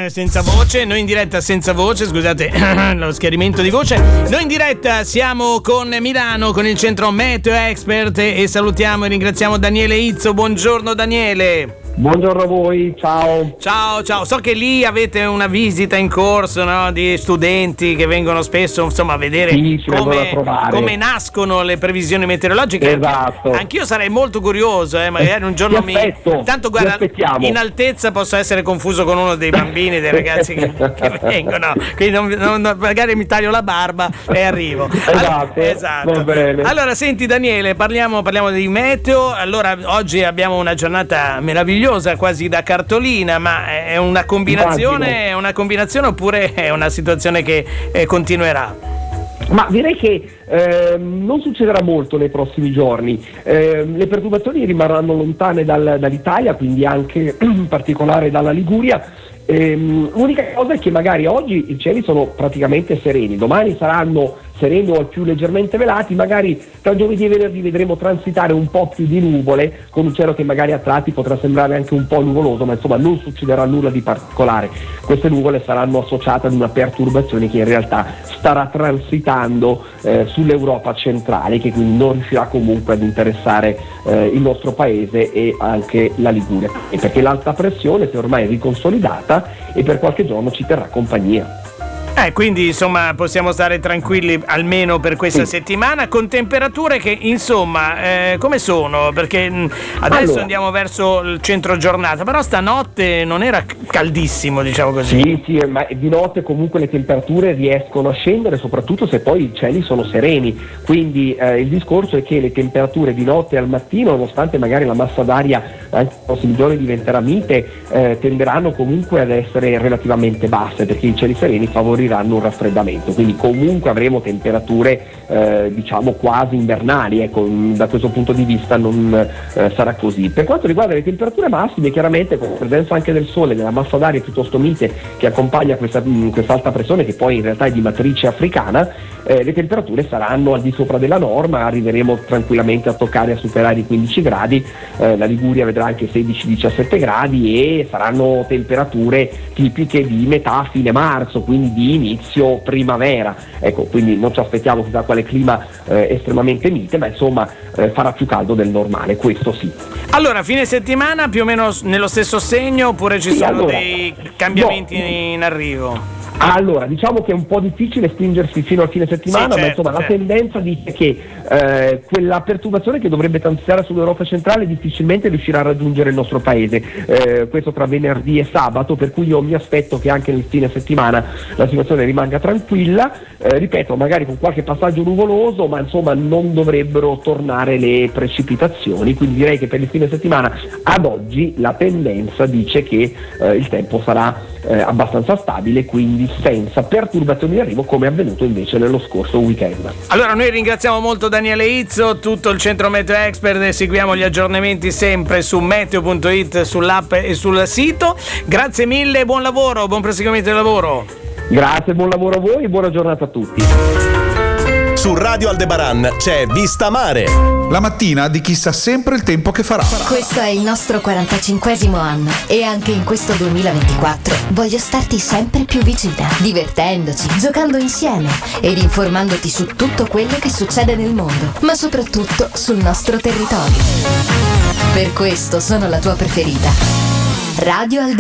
senza voce, noi in diretta senza voce, scusate lo schiarimento di voce. Noi in diretta siamo con Milano, con il centro Meteo Expert e salutiamo e ringraziamo Daniele Izzo. Buongiorno Daniele. Buongiorno a voi, ciao. Ciao, so che lì avete una visita in corso, no? Di studenti che vengono spesso, insomma, a vedere come nascono le previsioni meteorologiche. Esatto. Anch'io sarei molto curioso, magari un giorno tanto guarda, in altezza posso essere confuso con uno dei bambini, dei ragazzi che vengono, quindi magari mi taglio la barba e arrivo. Esatto. Va bene. Allora, senti Daniele, parliamo di meteo. Allora, oggi abbiamo una giornata meravigliosa, quasi da cartolina, ma è una combinazione oppure è una situazione che continuerà? Ma direi che non succederà molto nei prossimi giorni. Le perturbazioni rimarranno lontane dall'Italia, quindi anche in particolare dalla Liguria. L'unica cosa è che magari oggi i cieli sono praticamente sereni, domani saranno sereni o al più leggermente velati, magari tra giovedì e venerdì vedremo transitare un po' più di nuvole, con un cielo che magari a tratti potrà sembrare anche un po' nuvoloso, ma insomma non succederà nulla di particolare. Queste nuvole saranno associate ad una perturbazione che in realtà starà transitando sull'Europa centrale, che quindi non riuscirà comunque ad interessare il nostro paese e anche la Liguria, e perché l'alta pressione si è ormai riconsolidata e per qualche giorno ci terrà compagnia. Quindi insomma possiamo stare tranquilli almeno per questa settimana, con temperature che insomma come sono? Perché adesso andiamo verso il centro giornata, però stanotte non era caldissimo, diciamo così. Sì, ma di notte comunque le temperature riescono a scendere, soprattutto se poi i cieli sono sereni, quindi il discorso è che le temperature di notte al mattino, nonostante magari la massa d'aria anche nei prossimi giorni diventerà mite, tenderanno comunque ad essere relativamente basse, perché i cieli sereni favoriranno un raffreddamento, quindi comunque avremo temperature diciamo quasi invernali, ecco, da questo punto di vista non sarà così. Per quanto riguarda le temperature massime, chiaramente con la presenza anche del sole, della massa d'aria piuttosto mite che accompagna questa alta pressione, che poi in realtà è di matrice africana, le temperature saranno al di sopra della norma, arriveremo tranquillamente a toccare, a superare i 15 gradi, la Liguria vedrà anche 16-17 gradi e saranno temperature tipiche di metà fine marzo, quindi di inizio primavera, ecco, quindi non ci aspettiamo chissà quale clima estremamente mite, ma insomma farà più caldo del normale, questo sì. Allora, fine settimana più o meno nello stesso segno, oppure ci sono dei cambiamenti in arrivo? Allora, diciamo che è un po' difficile spingersi fino al fine settimana, ma insomma la tendenza dice che quella perturbazione che dovrebbe transitare sull'Europa centrale difficilmente riuscirà a raggiungere il nostro paese, questo tra venerdì e sabato, per cui io mi aspetto che anche nel fine settimana la situazione rimanga tranquilla, ripeto, magari con qualche passaggio nuvoloso, ma insomma non dovrebbero tornare le precipitazioni, quindi direi che per il fine settimana ad oggi la tendenza dice che il tempo sarà abbastanza stabile, quindi senza perturbazioni di arrivo, come è avvenuto invece nello scorso weekend. Allora noi ringraziamo molto Daniele Izzo, tutto il centro Meteo Expert, e seguiamo gli aggiornamenti sempre su meteo.it, sull'app e sul sito. Grazie mille, buon lavoro, buon proseguimento del lavoro. Grazie, buon lavoro a voi e buona giornata a tutti. Su Radio Aldebaran c'è Vista Mare, la mattina di chi sa sempre il tempo che farà. Questo è il nostro 45esimo anno e anche in questo 2024 voglio starti sempre più vicina, divertendoci, giocando insieme ed informandoti su tutto quello che succede nel mondo, ma soprattutto sul nostro territorio. Per questo sono la tua preferita, Radio Aldebaran.